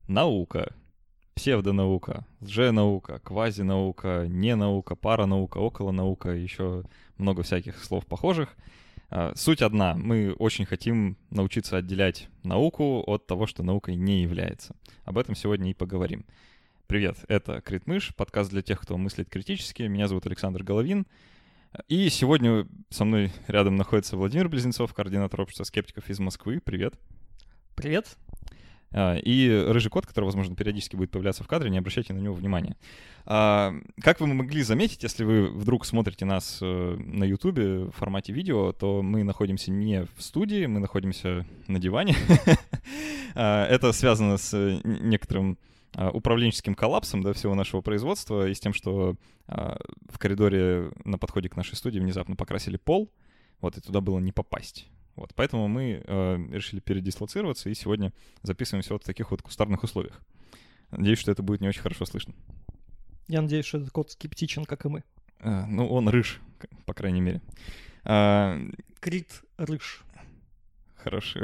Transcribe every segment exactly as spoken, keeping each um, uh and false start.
наука, псевдонаука, лженаука, квазинаука, ненаука, паранаука, околонаука, еще много всяких слов похожих. Суть одна. Мы очень хотим научиться отделять науку от того, что наукой не является. Об этом сегодня и поговорим. Привет, это Критмыш, подкаст для тех, кто мыслит критически. Меня зовут Александр Головин. И сегодня со мной рядом находится Владимир Близнецов, координатор общества скептиков из Москвы. Привет. Привет. И рыжий кот, который, возможно, периодически будет появляться в кадре, не обращайте на него внимания. Как вы могли заметить, если вы вдруг смотрите нас на Ютубе в формате видео, то мы находимся не в студии, мы находимся на диване. Это связано с некоторым управленческим коллапсом, да, всего нашего производства и с тем, что в коридоре на подходе к нашей студии внезапно покрасили пол, вот, и туда было не попасть. Вот, поэтому мы э, решили передислоцироваться и сегодня записываемся вот в таких вот кустарных условиях. Надеюсь, что это будет не очень хорошо слышно. Я надеюсь, что этот кот скептичен, как и мы. Э, ну, он рыж, по крайней мере. А... Крит рыж. Хорошо.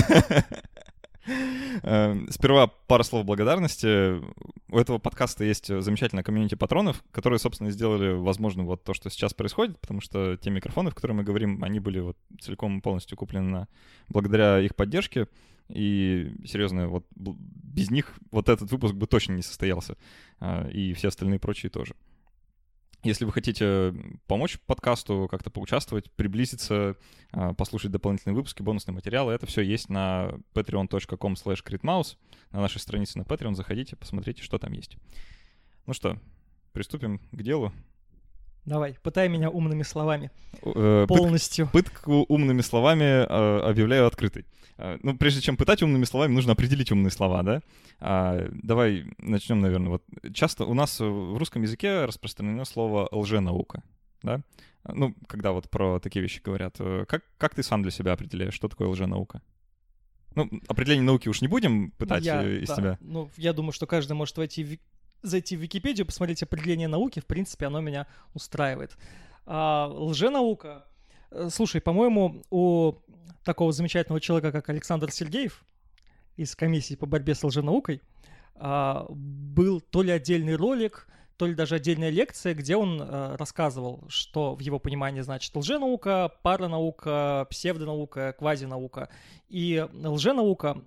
Сперва пара слов благодарности. У этого подкаста есть замечательная комьюнити патронов, которые, собственно, сделали возможным вот то, что сейчас происходит, потому что те микрофоны, в которые мы говорим, они были вот целиком и полностью куплены на... благодаря их поддержке. И, серьезно, вот без них вот этот выпуск бы точно не состоялся. И все остальные прочие тоже. Если вы хотите помочь подкасту, как-то поучаствовать, приблизиться, послушать дополнительные выпуски, бонусные материалы, это все есть на patreon точка com slash critmouse, на нашей странице на Patreon. Заходите, посмотрите, что там есть. Ну что, приступим к делу. Давай, пытай меня умными словами. Э, Полностью. Пыт, пытку умными словами э, объявляю открытой. Э, ну, прежде чем пытать умными словами, нужно определить умные слова, да? А, давай начнем, наверное. Вот часто у нас в русском языке распространено слово «лженаука», да? Ну, когда вот про такие вещи говорят. Как, как ты сам для себя определяешь, что такое лженаука? Ну, определение науки уж не будем пытать я, из да. тебя. Ну, я думаю, что каждый может войти в... зайти в Википедию, посмотреть определение науки, в принципе, оно меня устраивает. А, лженаука... Слушай, по-моему, у такого замечательного человека, как Александр Сергеев из комиссии по борьбе с лженаукой, а, был то ли отдельный ролик, то ли даже отдельная лекция, где он а, рассказывал, что в его понимании значит лженаука, паранаука, псевдонаука, квазинаука. И лженаука...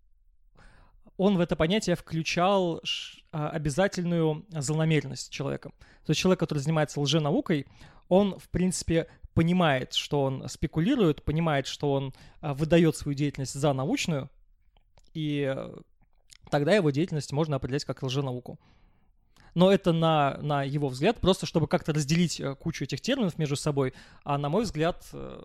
он в это понятие включал обязательную злонамеренность человека. То есть человек, который занимается лженаукой, он, в принципе, понимает, что он спекулирует, понимает, что он выдает свою деятельность за научную, и тогда его деятельность можно определять как лженауку. Но это на, на его взгляд, просто чтобы как-то разделить кучу этих терминов между собой, а на мой взгляд...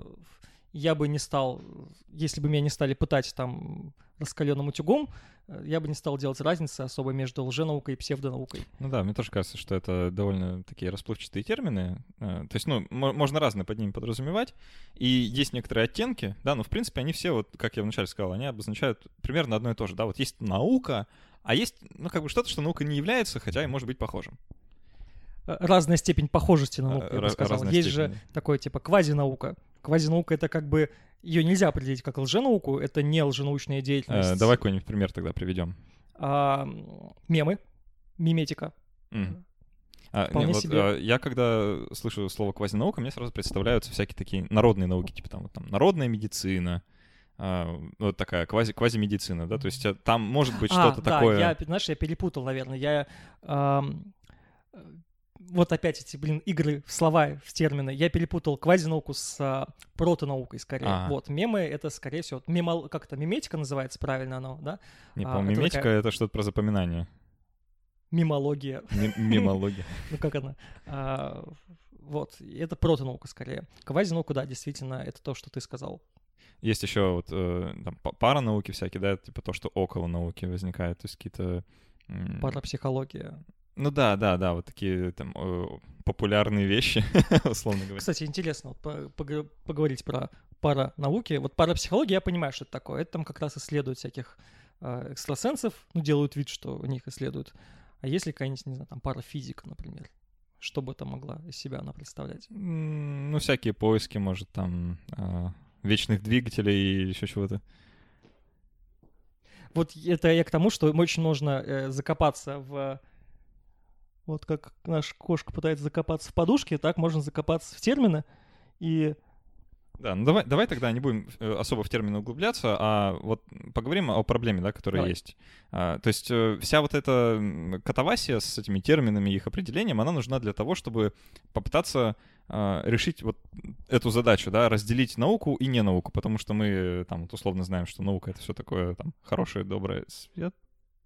я бы не стал, если бы меня не стали пытать там раскаленным утюгом, я бы не стал делать разницы особо между лженаукой и псевдонаукой. Ну да, мне тоже кажется, что это довольно такие расплывчатые термины. То есть, ну, можно разное под ними подразумевать. И есть некоторые оттенки, да, но в принципе они все, вот как я вначале сказал, они обозначают примерно одно и то же, да. Вот есть наука, а есть, ну, как бы что-то, что наука не является, хотя и может быть похожим. Разная степень похожести на науку, я бы сказал. Разная Есть степень. же такое типа квазинаука. Квазинаука — это как бы... ее нельзя определить как лженауку, это не лженаучная деятельность. Э, давай какой-нибудь пример тогда приведем. А, мемы, миметика. Mm. А, Вполне не, вот, себе. а, я когда слышу слово квазинаука, мне сразу представляются всякие такие народные науки, типа там, вот, там народная медицина, а, вот такая квази, квазимедицина, да, то есть там может быть а, что-то да, такое... я, знаешь, я перепутал, наверное, я... Ам... Вот опять эти, блин, игры в слова, в термины. Я перепутал квазинауку с а, протонаукой, скорее. Ага. Вот, мемы — это, скорее всего, мемо... как это, миметика называется, правильно оно, да? Не, А, по-моему, это миметика такая- — это что-то про запоминание. Мимология. Ми- Мимология. Ну, как она? А, вот, это протонаука, скорее. Квазинаука, да, действительно, это то, что ты сказал. Есть еще вот э, там, па- паранауки всякие, да, типа то, что около науки возникает, то есть какие-то... м, Парапсихология. Ну да, да, да, вот такие там э, популярные вещи, условно говоря. Кстати, интересно вот, по- пог- поговорить про паранауки. Вот парапсихология, я понимаю, что это такое. Это там как раз исследуют всяких э, экстрасенсов, ну, делают вид, что у них исследуют. А если какая-нибудь, не знаю, там парафизика, например, что бы это могла из себя она представлять? М, Ну, всякие поиски, может, там, а, вечных двигателей или еще чего-то. Вот это я к тому, что очень нужно э, закопаться в... Вот как наша кошка пытается закопаться в подушке, так можно закопаться в термины. И... Да, ну давай, давай тогда не будем э, особо в термины углубляться, а вот поговорим о проблеме, да, которая Давай. есть. А, то есть э, вся вот эта м, катавасия с этими терминами и их определением, она нужна для того, чтобы попытаться а, решить вот эту задачу, да, разделить науку и не науку, потому что мы э, там вот условно знаем, что наука — это все такое там хорошее, доброе, свет.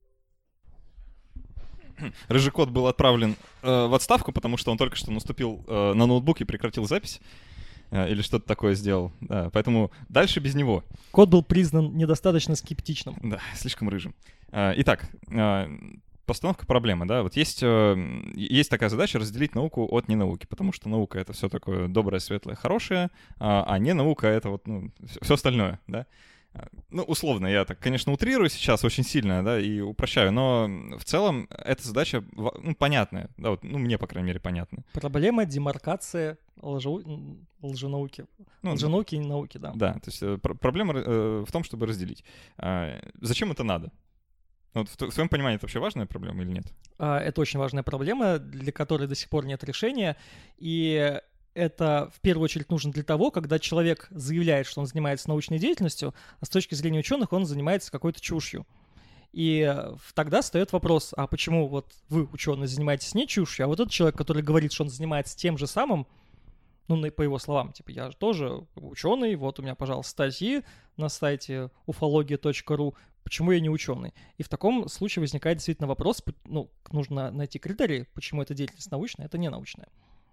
Рыжий кот был отправлен э, в отставку, потому что он только что наступил э, на ноутбук и прекратил запись. Или что-то такое сделал. Да, поэтому дальше без него. Кот был признан недостаточно скептичным. Да, слишком рыжим. Итак, постановка проблемы, да. Вот есть, есть такая задача разделить науку от ненауки, потому что наука — это все такое доброе, светлое, хорошее, а не наука — это вот, ну, все остальное, да. Ну, условно, я так, конечно, утрирую сейчас очень сильно, да, и упрощаю, но в целом эта задача, ну, понятная, да, вот, ну, мне, по крайней мере, понятна. Проблема демаркации лжу... лженауки. Ну, лженауки и науки, да. Да, то есть пр- проблема э, в том, чтобы разделить. А, зачем это надо? Вот в, в твоем понимании это вообще важная проблема или нет? А, это очень важная проблема, для которой до сих пор нет решения, и... Это в первую очередь нужно для того, когда человек заявляет, что он занимается научной деятельностью, а с точки зрения ученых он занимается какой-то чушью. И тогда встает вопрос, а почему вот вы, ученые, занимаетесь не чушью, а вот этот человек, который говорит, что он занимается тем же самым, ну, по его словам, типа, я же тоже ученый, вот у меня, пожалуйста, статьи на сайте уфология точка ру, почему я не ученый? И в таком случае возникает действительно вопрос, ну, нужно найти критерии, почему эта деятельность научная, это не научная.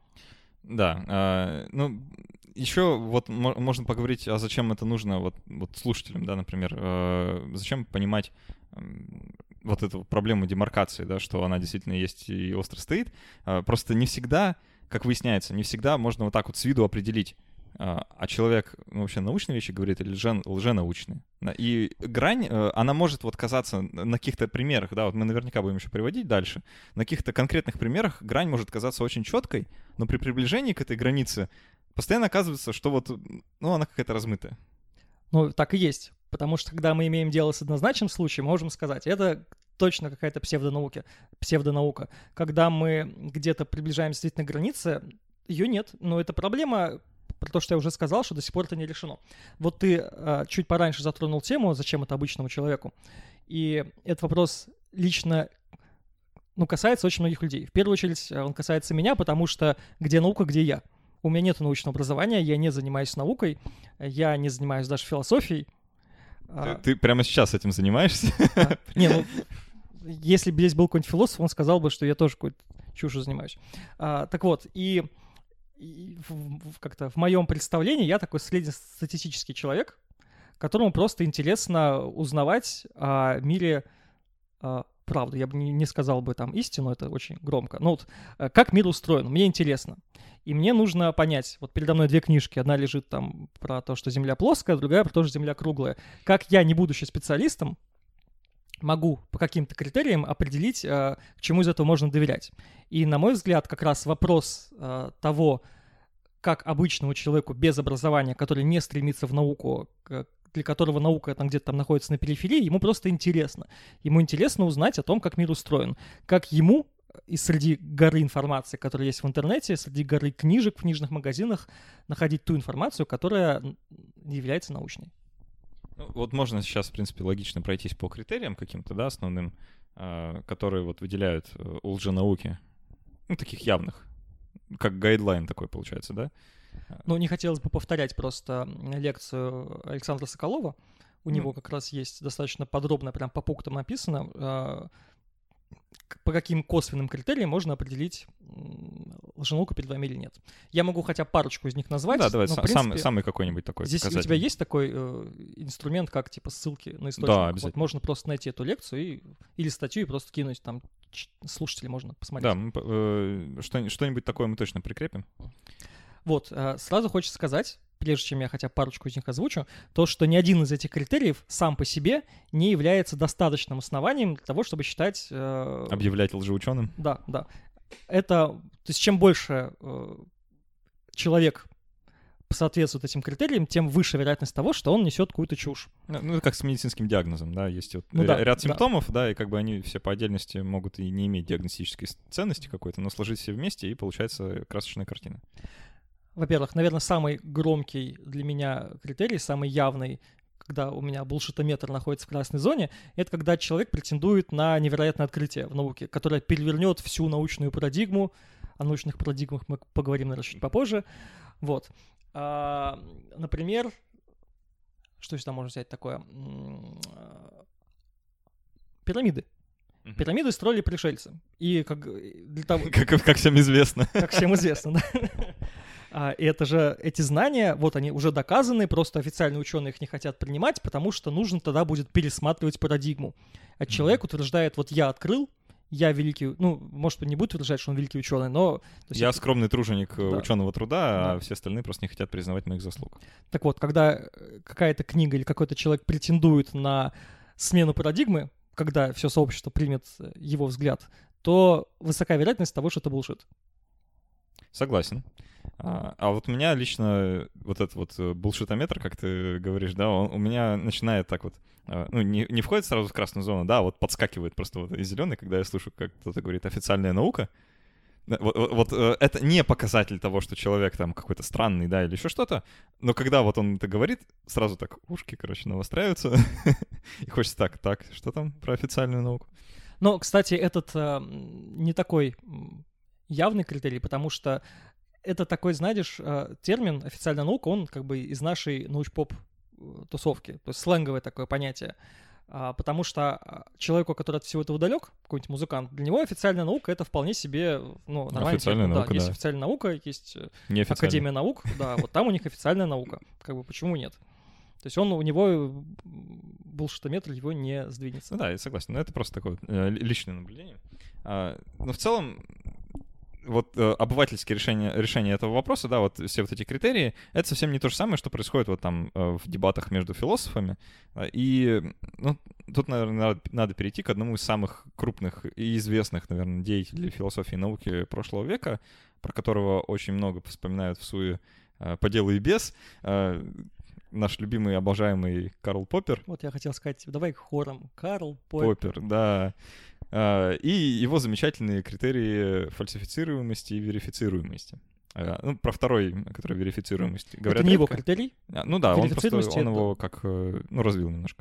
Да, э, ну, еще вот мо- можно поговорить, а зачем это нужно вот, вот слушателям, да, например, э, зачем понимать э, вот эту проблему демаркации, да, что она действительно есть и остро стоит. Э, просто не всегда, как выясняется, не всегда можно вот так вот с виду определить, э, а человек, ну, вообще научные вещи говорит или лже, лженаучные. И грань, э, она может вот казаться на каких-то примерах, да, вот мы наверняка будем еще приводить дальше, на каких-то конкретных примерах грань может казаться очень четкой, но при приближении к этой границе постоянно оказывается, что вот, ну, она какая-то размытая. Ну, так и есть. Потому что, когда мы имеем дело с однозначным случаем, можем сказать, это точно какая-то псевдонаука. псевдонаука. Когда мы где-то приближаемся действительно к границе, ее нет. Но это проблема, про то, что я уже сказал, что до сих пор это не решено. Вот ты а, чуть пораньше затронул тему, зачем это обычному человеку. И этот вопрос лично... ну, касается очень многих людей. В первую очередь он касается меня, потому что где наука, где я. У меня нет научного образования, я не занимаюсь наукой, я не занимаюсь даже философией. Ты, ты прямо сейчас этим занимаешься? А, не, ну, если бы здесь был какой-нибудь философ, он сказал бы, что я тоже какой-то чушью занимаюсь. А, так вот, и, и в, в, как-то в моем представлении я такой среднестатистический человек, которому просто интересно узнавать о мире а, правду. Я бы не, не сказал бы там истину, это очень громко. Но вот как мир устроен, мне интересно. И мне нужно понять, вот передо мной две книжки, одна лежит там про то, что Земля плоская, другая про то, что Земля круглая. Как я, не будучи специалистом, могу по каким-то критериям определить, к чему из этого можно доверять. И, на мой взгляд, как раз вопрос того, как обычному человеку без образования, который не стремится в науку, для которого наука там где-то там находится на периферии, ему просто интересно. Ему интересно узнать о том, как мир устроен. Как ему и среди горы информации, которая есть в интернете, среди горы книжек в книжных магазинах, находить ту информацию, которая не является научной. Ну, вот можно сейчас, в принципе, логично пройтись по критериям каким-то, да, основным, э, которые вот выделяют э, у лженауки, ну, таких явных, как гайдлайн такой получается, да? Ну, не хотелось бы повторять просто лекцию Александра Соколова. У mm. него как раз есть достаточно подробно, прям по пунктам написано, э, по каким косвенным критериям можно определить, лженаука перед вами или нет. Я могу хотя бы парочку из них назвать. Да, давай, но, сам, принципе, самый какой-нибудь такой. Здесь у тебя есть такой э, инструмент, как типа ссылки на источник? Да, обязательно. Вот можно просто найти эту лекцию и, или статью и просто кинуть там, слушатели можно посмотреть. Да, мы, э, что, что-нибудь такое мы точно прикрепим. Вот, э, сразу хочется сказать, прежде чем я хотя бы парочку из них озвучу, то, что ни один из этих критериев сам по себе не является достаточным основанием для того, чтобы считать... Э, Объявлять лжеученым? Да, да. Это, то есть чем больше э, человек соответствует этим критериям, тем выше вероятность того, что он несет какую-то чушь. Ну, это как с медицинским диагнозом, да, есть вот Ну да, ряд да. симптомов, да, и как бы они все по отдельности могут и не иметь диагностической ценности какой-то, но сложить все вместе, и получается красочная картина. Во-первых, наверное, самый громкий для меня критерий, самый явный, когда у меня булшитометр находится в красной зоне, это когда человек претендует на невероятное открытие в науке, которое перевернет всю научную парадигму. О научных парадигмах мы поговорим, наверное, чуть попозже. Вот. А, например, что сюда можно взять такое? Пирамиды. Uh-huh. Пирамиды строили пришельцы. И как для того... как, как всем известно. Как всем известно, да. И это же, эти знания, вот они уже доказаны, просто официальные ученые их не хотят принимать, потому что нужно тогда будет пересматривать парадигму. А человек uh-huh. утверждает, вот я открыл, я великий, ну, может, он не будет утверждать, что он великий ученый, но... Я это... скромный труженик да. ученого труда, да. а все остальные просто не хотят признавать моих заслуг. Так вот, когда какая-то книга или какой-то человек претендует на смену парадигмы, когда все сообщество примет его взгляд, то высока вероятность того, что это булшит. Согласен. А, а вот у меня лично вот этот вот булшитометр, как ты говоришь, да, он у меня начинает так вот, ну, не, не входит сразу в красную зону, да, вот подскакивает просто вот из зеленой, когда я слышу, как кто-то говорит «официальная наука». Вот, вот, вот это не показатель того, что человек там какой-то странный, да, или еще что-то, но когда вот он это говорит, сразу так ушки, короче, навостряются, и хочется так, так, что там про официальную науку? Но, кстати, этот э, не такой явный критерий, потому что это такой, знаешь, э, термин «официальная наука», он как бы из нашей научпоп-тусовки, то есть сленговое такое понятие. А, потому что человеку, который от всего этого далек, какой-нибудь музыкант, для него официальная наука — это вполне себе, ну, нормальная официальная тема. наука, да, да. Есть официальная наука, есть Академия наук, да, вот там у них официальная наука. Как бы почему нет? То есть он, у него булшитометр его не сдвинется. Ну да, я согласен, но это просто такое э, личное наблюдение. А, но в целом вот э, обывательские решения, решения этого вопроса, да, вот все вот эти критерии, это совсем не то же самое, что происходит вот там э, в дебатах между философами. И, ну, тут, наверное, надо, надо перейти к одному из самых крупных и известных, наверное, деятелей философии и науки прошлого века, про которого очень много вспоминают в суе э, по делу и без. Э, наш любимый, обожаемый Карл Поппер. Вот я хотел сказать, давай хором. Карл Поппер. Поппер, да. И его замечательные критерии фальсифицируемости и верифицируемости. Ну, про второй, который верифицируемость, говорят. Это не редко. его критерий? Ну да, он просто он это... его как, ну, развил немножко.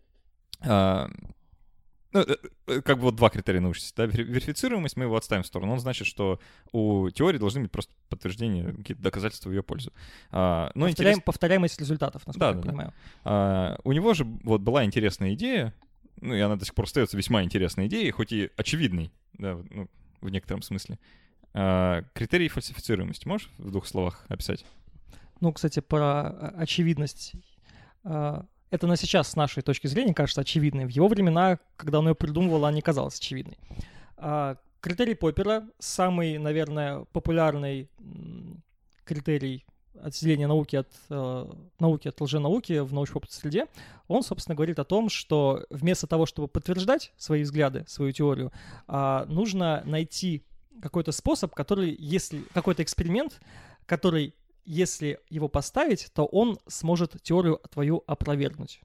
Ну, как бы вот два критерия научности. Да? Верифицируемость мы его отставим в сторону. Он значит, что у теории должны быть просто подтверждения, какие-то доказательства в ее пользу. Но Повторяем, интерес... Повторяемость результатов, насколько да, я да, понимаю. Да. У него же вот была интересная идея, ну, и она до сих пор остается весьма интересной идеей, хоть и очевидной, да, ну, в некотором смысле. А, критерии фальсифицируемости можешь в двух словах описать? Ну, кстати, про очевидность. Это на сейчас, с нашей точки зрения, кажется очевидной. В его времена, когда он ее придумывал, она не казалась очевидной. Критерий Поппера — самый, наверное, популярный критерий отделения науки от, э, науки от лженауки в научной среде. Он, собственно, говорит о том, что вместо того, чтобы подтверждать свои взгляды, свою теорию, э, нужно найти какой-то способ, который, если какой-то эксперимент, который, если его поставить, то он сможет теорию твою опровергнуть.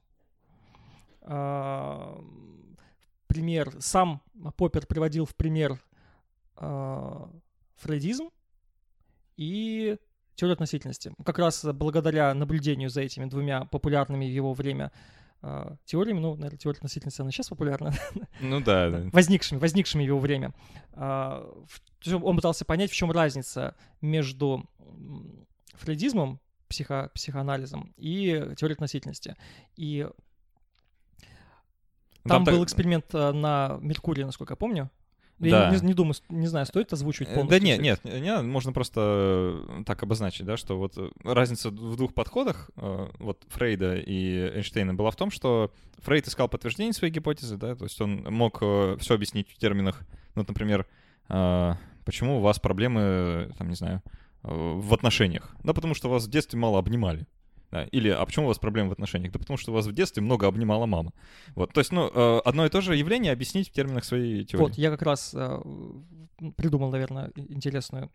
Э, пример, сам Поппер приводил в пример э, фрейдизм и теорию относительности. Как раз благодаря наблюдению за этими двумя популярными в его время э, теориями, ну, наверное, теория относительности, она сейчас популярна. Ну да, да. Возникшими, возникшими в его время. Э, он пытался понять, в чем разница между фрейдизмом, психо, психоанализом и теорией относительности. И там, там был так... эксперимент на Меркурии, насколько я помню. Я да. не, не думаю, не знаю, стоит озвучивать полностью. Да нет, нет, нет, можно просто так обозначить, да, что вот разница в двух подходах вот Фрейда и Эйнштейна была в том, что Фрейд искал подтверждение своей гипотезы, да, то есть он мог все объяснить в терминах, ну, вот, например, почему у вас проблемы, там, не знаю, в отношениях. Да, потому что вас в детстве мало обнимали. Да, или, а почему у вас проблемы в отношениях? Да потому что вас в детстве много обнимала мама. Вот, то есть, ну, одно и то же явление объяснить в терминах своей теории. Вот, я как раз э, придумал, наверное, интересную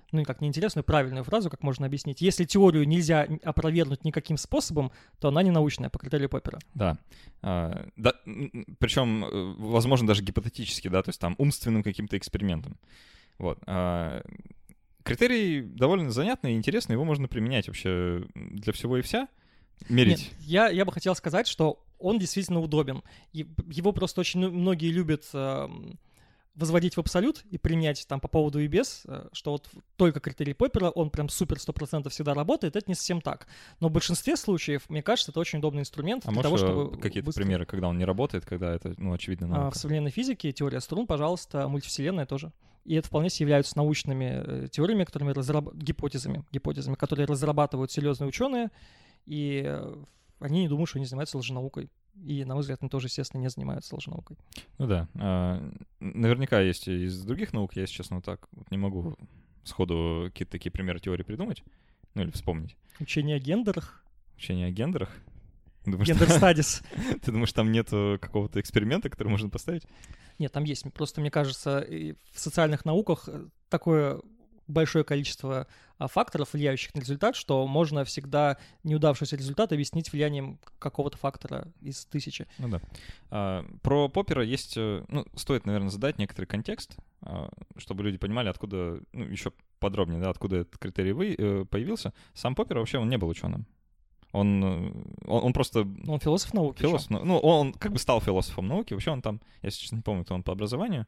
ну, как неинтересную, правильную фразу, как можно объяснить. Если теорию нельзя опровергнуть никаким способом, то она не научная по критерию Поппера. Да. А, да, причем, возможно, даже гипотетически, да, то есть там умственным каким-то экспериментом. Вот. А, критерий довольно занятный и интересный, его можно применять вообще для всего и вся. Мерить. Нет, я, я бы хотел сказать, что он действительно удобен. И его просто очень многие любят э, возводить в абсолют и применять там по поводу и без, э, что вот только критерий Поппера, он прям супер сто процентов всегда работает. Это не совсем так. Но в большинстве случаев, мне кажется, это очень удобный инструмент а для можешь того, чтобы... какие-то быстро... примеры, когда он не работает, когда это, ну, очевидно, наука? А, в современной физике теория струн, пожалуйста, мультивселенная тоже. И это вполне себе являются научными э, теориями, которыми разраб... гипотезами, гипотезами, которые разрабатывают серьезные ученые, и э, они не думают, что они занимаются лженаукой. И, на мой взгляд, они тоже, естественно, не занимаются лженаукой. Ну да. А, наверняка есть и из других наук. Я, если честно, вот так вот не могу сходу какие-то такие примеры теории придумать. Ну или вспомнить. Учение о гендерах. Учение о гендерах. Гендер стадис. Ты думаешь, там нет какого-то эксперимента, который можно поставить? Нет, там есть. Просто, мне кажется, в социальных науках такое большое количество факторов, влияющих на результат, что можно всегда неудавшийся результат объяснить влиянием какого-то фактора из тысячи. Ну да. А, про Поппера есть... Ну, стоит, наверное, задать некоторый контекст, чтобы люди понимали, откуда... Ну, еще подробнее, да, откуда этот критерий вы, появился. Сам Поппер вообще, он не был ученым. Он, он, он просто... Он философ науки. Философ, ну, он как бы стал философом науки. Вообще он там, я сейчас не помню, кто он по образованию.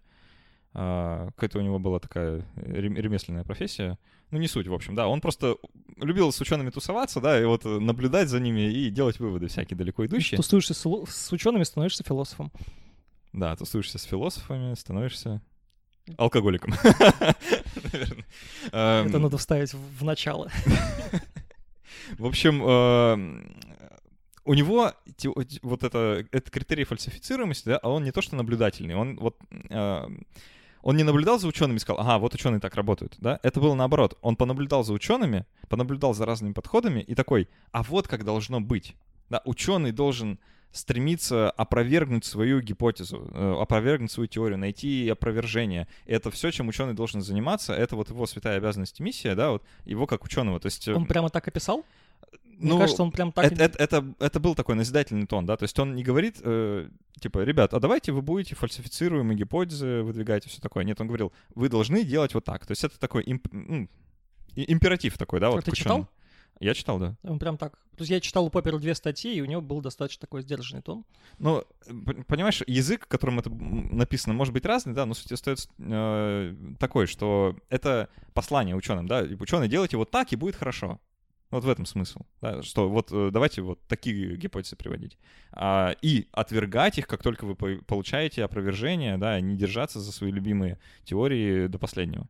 А, какая-то у него была такая ремесленная профессия. Ну, не суть, в общем, да. Он просто любил с учеными тусоваться, да, и вот наблюдать за ними и делать выводы всякие далеко идущие. Тусуешься с, с учеными, становишься философом. Да, тусуешься с философами, становишься алкоголиком. Наверное. Это надо вставить в начало. В общем, у него вот это, это критерий фальсифицируемости, да, а он не то что наблюдательный, он вот он не наблюдал за учеными и сказал, ага, вот ученые так работают, да, это было наоборот, он понаблюдал за учеными, понаблюдал за разными подходами и такой, а вот как должно быть, да, ученый должен стремиться опровергнуть свою гипотезу, опровергнуть свою теорию, найти опровержение. Это все, чем ученый должен заниматься, это вот его святая обязанность и миссия, да, вот его как ученого. То есть, он прямо так описал? Ну, мне кажется, он прям так... Это, это, это, это был такой назидательный тон, да, то есть он не говорит, э, типа, ребят, а давайте вы будете фальсифицируемые гипотезы выдвигать и все такое. Нет, он говорил, вы должны делать вот так. То есть это такой имп, ну, императив такой, да, а вот ты к ученому. Читал? Я читал, да. Он прям так. То есть я читал у Поппера две статьи, и у него был достаточно такой сдержанный тон. Ну, понимаешь, язык, которым это написано, может быть разный, да, но суть остается э, такой, что это послание ученым, да, ученые делайте вот так, и будет хорошо. Вот в этом смысл, да, что вот давайте вот такие гипотезы приводить. А, и отвергать их, как только вы получаете опровержение, да, не держаться за свои любимые теории до последнего.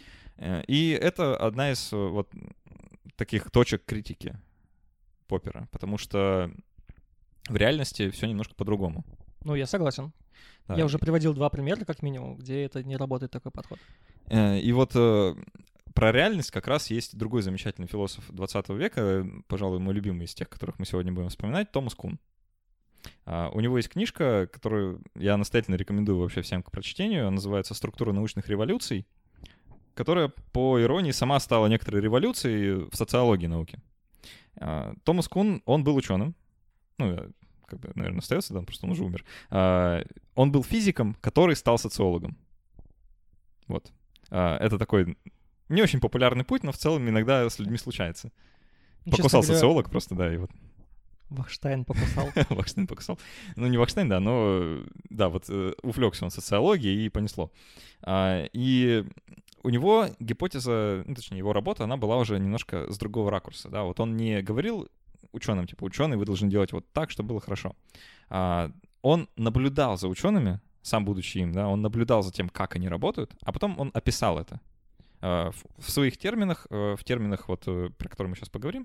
И это одна из вот таких точек критики Поппера, потому что в реальности все немножко по-другому. Ну, я согласен. Да. Я уже приводил два примера, как минимум, где это не работает такой подход. И вот про реальность как раз есть другой замечательный философ двадцатого века, пожалуй, мой любимый из тех, которых мы сегодня будем вспоминать, Томас Кун. У него есть книжка, которую я настоятельно рекомендую вообще всем к прочтению, она называется «Структура научных революций», которая, по иронии, сама стала некоторой революцией в социологии науки. Томас Кун, он был ученым, ну, как бы, наверное, остается, да, просто он уже умер. Он был физиком, который стал социологом. Вот. Это такой не очень популярный путь, но в целом иногда с людьми случается. Ну, покусал говоря, социолог просто, да, и вот. Вахштайн покусал. Вахштайн покусал. Ну, не Вахштайн, да, но, да, вот увлекся он социологией и понесло. И у него гипотеза, ну, точнее, его работа, она была уже немножко с другого ракурса, да, вот он не говорил ученым, типа, ученые, вы должны делать вот так, чтобы было хорошо. Он наблюдал за учеными, сам будучи им, да, он наблюдал за тем, как они работают, а потом он описал это в своих терминах, в терминах, вот, про которые мы сейчас поговорим,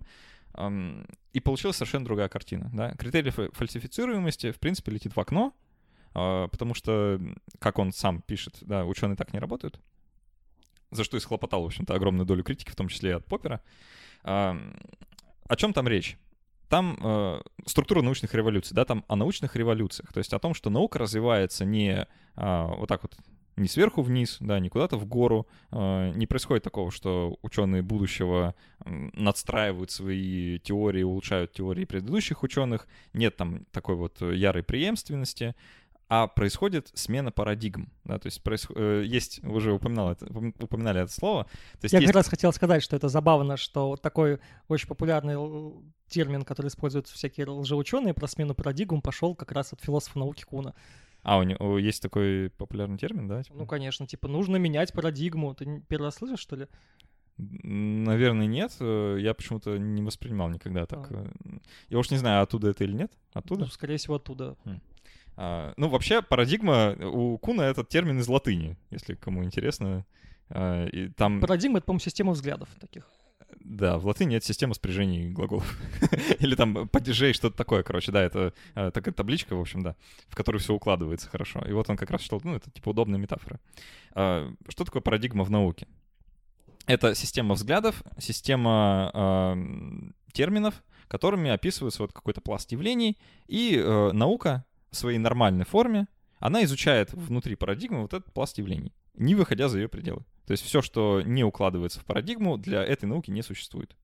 и получилась совершенно другая картина. Да? Критерий фальсифицируемости, в принципе, летит в окно, потому что, как он сам пишет, да, ученые так не работают, за что и схлопотал, в общем-то, огромную долю критики, в том числе и от Поппера. О чем там речь? Там э, структура научных революций, да, там о научных революциях, то есть о том, что наука развивается не э, вот так вот не сверху вниз, да, не куда-то в гору. Не происходит такого, что ученые будущего надстраивают свои теории, улучшают теории предыдущих ученых. Нет там такой вот ярой преемственности, а происходит смена парадигм. Да, то есть происход... есть, вы уже упоминали это, упоминали это слово. То есть Я есть... как раз хотел сказать, что это забавно, что вот такой очень популярный термин, который используют всякие лжеученые про смену парадигм, пошел как раз от философа науки Куна. А, у него есть такой популярный термин, да? Типа? Ну, конечно, типа, нужно менять парадигму. Ты первый раз слышишь, что ли? Наверное, нет. Я почему-то не воспринимал никогда так. А. Я уж не знаю, оттуда это или нет. Оттуда? Ну, скорее всего, оттуда. Хм. А, ну, вообще, парадигма у Куна — этот термин из латыни, если кому интересно. А, и там... Парадигма — это, по-моему, система взглядов таких. Да, в латыни это система спряжений глаголов. Или там падежей, что-то такое, короче, да, это э, такая табличка, в общем, да, в которую все укладывается хорошо. И вот он как раз что, ну, это типа удобная метафора. А, что такое парадигма в науке? Это система взглядов, система э, терминов, которыми описывается вот какой-то пласт явлений, и э, наука в своей нормальной форме, она изучает внутри парадигмы вот этот пласт явлений, не выходя за ее пределы. То есть все, что не укладывается в парадигму, для этой науки не существует.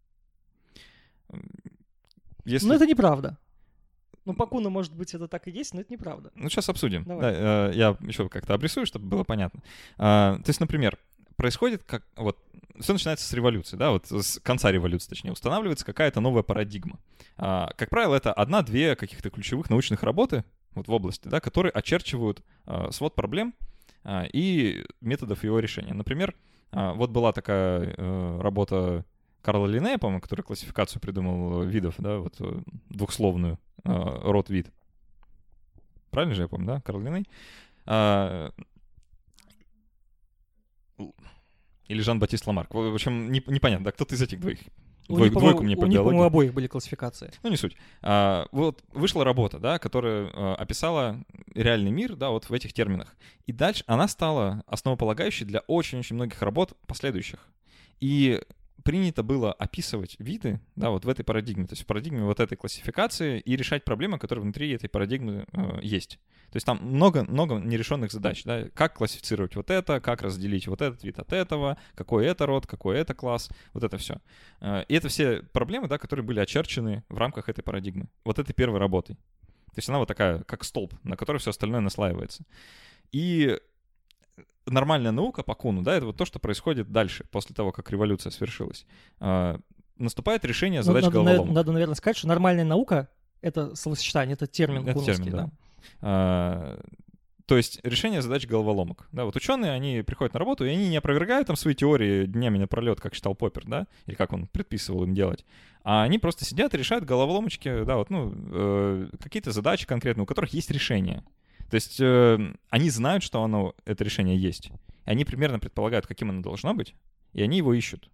Если... Но это неправда. Ну, по Куну, может быть, это так и есть, но это неправда. Ну, сейчас обсудим. Давай. Да, я еще как-то обрисую, чтобы было понятно. То есть, например, происходит как... Вот, все начинается с революции, да, вот с конца революции, точнее, устанавливается какая-то новая парадигма. Как правило, это одна-две каких-то ключевых научных работы вот в области, да, которые очерчивают свод проблем и методов его решения. Например, вот была такая работа Карла Линнея, по-моему, который классификацию придумал видов, да, вот двухсловную, род-вид. Правильно же я помню, да, Карл Линней? Или Жан-Батист Ламарк. В общем, непонятно, да, кто-то из этих двоих. У Двой, них, двойку мне по биологии. У них, по-моему, обоих были классификации. Ну, не суть. А, вот вышла работа, да, которая а, описала реальный мир, да, вот в этих терминах. И дальше она стала основополагающей для очень-очень многих работ последующих. И принято было описывать виды, да, вот в этой парадигме, то есть в парадигме вот этой классификации и решать проблемы, которые внутри этой парадигмы э, есть. То есть там много-много нерешенных задач, да, как классифицировать вот это, как разделить вот этот вид от этого, какой это род, какой это класс, вот это все. Э, и это все проблемы, да, которые были очерчены в рамках этой парадигмы, вот этой первой работой. То есть она вот такая, как столб, на который все остальное наслаивается. И нормальная наука по Куну, да, это вот то, что происходит дальше, после того, как революция свершилась. А, наступает решение задач надо, головоломок. Надо, наверное, сказать, что нормальная наука — это словосочетание, это термин это куновский, термин, да. да. А, то есть решение задач головоломок. Да, вот ученые, они приходят на работу, и они не опровергают там свои теории днями напролет, как считал Поппер, да, или как он предписывал им делать, а они просто сидят и решают головоломочки, да, вот, ну, э, какие-то задачи конкретные, у которых есть решение. То есть э, они знают, что оно, это решение есть. И они примерно предполагают, каким оно должно быть, и они его ищут.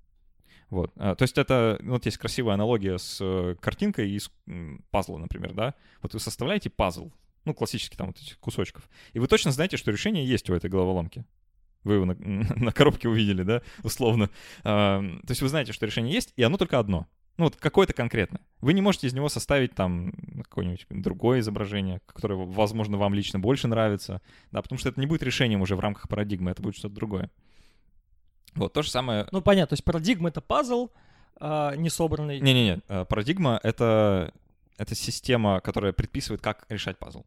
Вот. А, то есть это, вот есть красивая аналогия с э, картинкой из м, пазла, например, да. Вот вы составляете пазл, ну, классический там вот этих кусочков, и вы точно знаете, что решение есть у этой головоломки. Вы его на, на коробке увидели, да, условно. А, то есть вы знаете, что решение есть, и оно только одно. Ну, вот какое-то конкретное. Вы не можете из него составить там какое-нибудь другое изображение, которое, возможно, вам лично больше нравится, да, потому что это не будет решением уже в рамках парадигмы, это будет что-то другое. Вот, то же самое... Ну, понятно, то есть парадигма — это пазл а, не собранный. Не-не-не, парадигма — это, это система, которая предписывает, как решать пазл.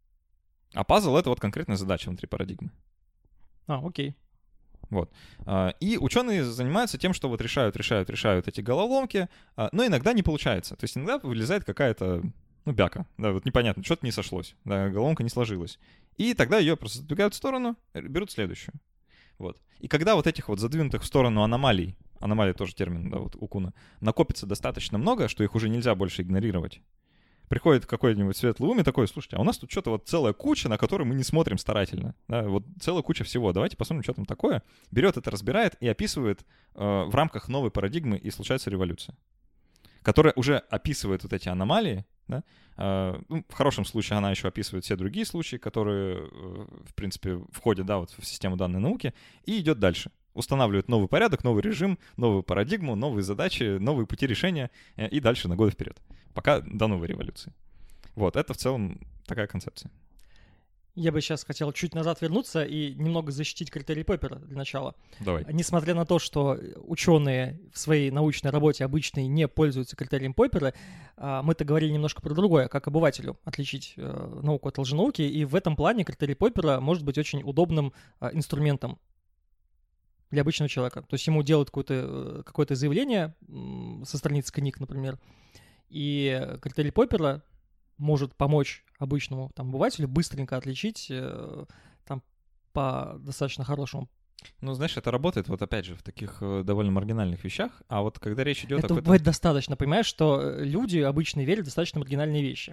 А пазл — это вот конкретная задача внутри парадигмы. А, окей. Вот. И ученые занимаются тем, что вот решают, решают, решают эти головоломки, но иногда не получается. То есть иногда вылезает какая-то, ну, бяка, да, вот непонятно, что-то не сошлось, да, головоломка не сложилась. И тогда ее просто сдвигают в сторону, берут следующую. Вот. И когда вот этих вот задвинутых в сторону аномалий, аномалия тоже термин, да, вот у Куна, накопится достаточно много, что их уже нельзя больше игнорировать, приходит какой-нибудь светлый ум и такой: слушайте, а у нас тут что-то вот целая куча, на которую мы не смотрим старательно. Да, вот целая куча всего. Давайте посмотрим, что там такое. Берет это, разбирает и описывает э, в рамках новой парадигмы, и случается революция, которая уже описывает вот эти аномалии. Да? Э, ну, в хорошем случае она еще описывает все другие случаи, которые, э, в принципе, входят, да, вот в систему данной науки, и идет дальше. Устанавливает новый порядок, новый режим, новую парадигму, новые задачи, новые пути решения, э, и дальше на годы вперед. Пока до новой революции. Вот, это в целом такая концепция. Я бы сейчас хотел чуть назад вернуться и немного защитить критерий Поппера для начала. Давай. Несмотря на то, что ученые в своей научной работе обычной не пользуются критерием Поппера, мы-то говорили немножко про другое, как обывателю отличить науку от лженауки, и в этом плане критерий Поппера может быть очень удобным инструментом для обычного человека. То есть ему делают какое-то, какое-то заявление со страниц книг, например, и критерий Поппера может помочь обычному там обывателю быстренько отличить э, там по достаточно хорошему. Ну, знаешь, это работает вот опять же в таких э, довольно маргинальных вещах, а вот когда речь идет это о какой-то... бывает достаточно, понимаешь, что люди обычно верят в достаточно маргинальные вещи.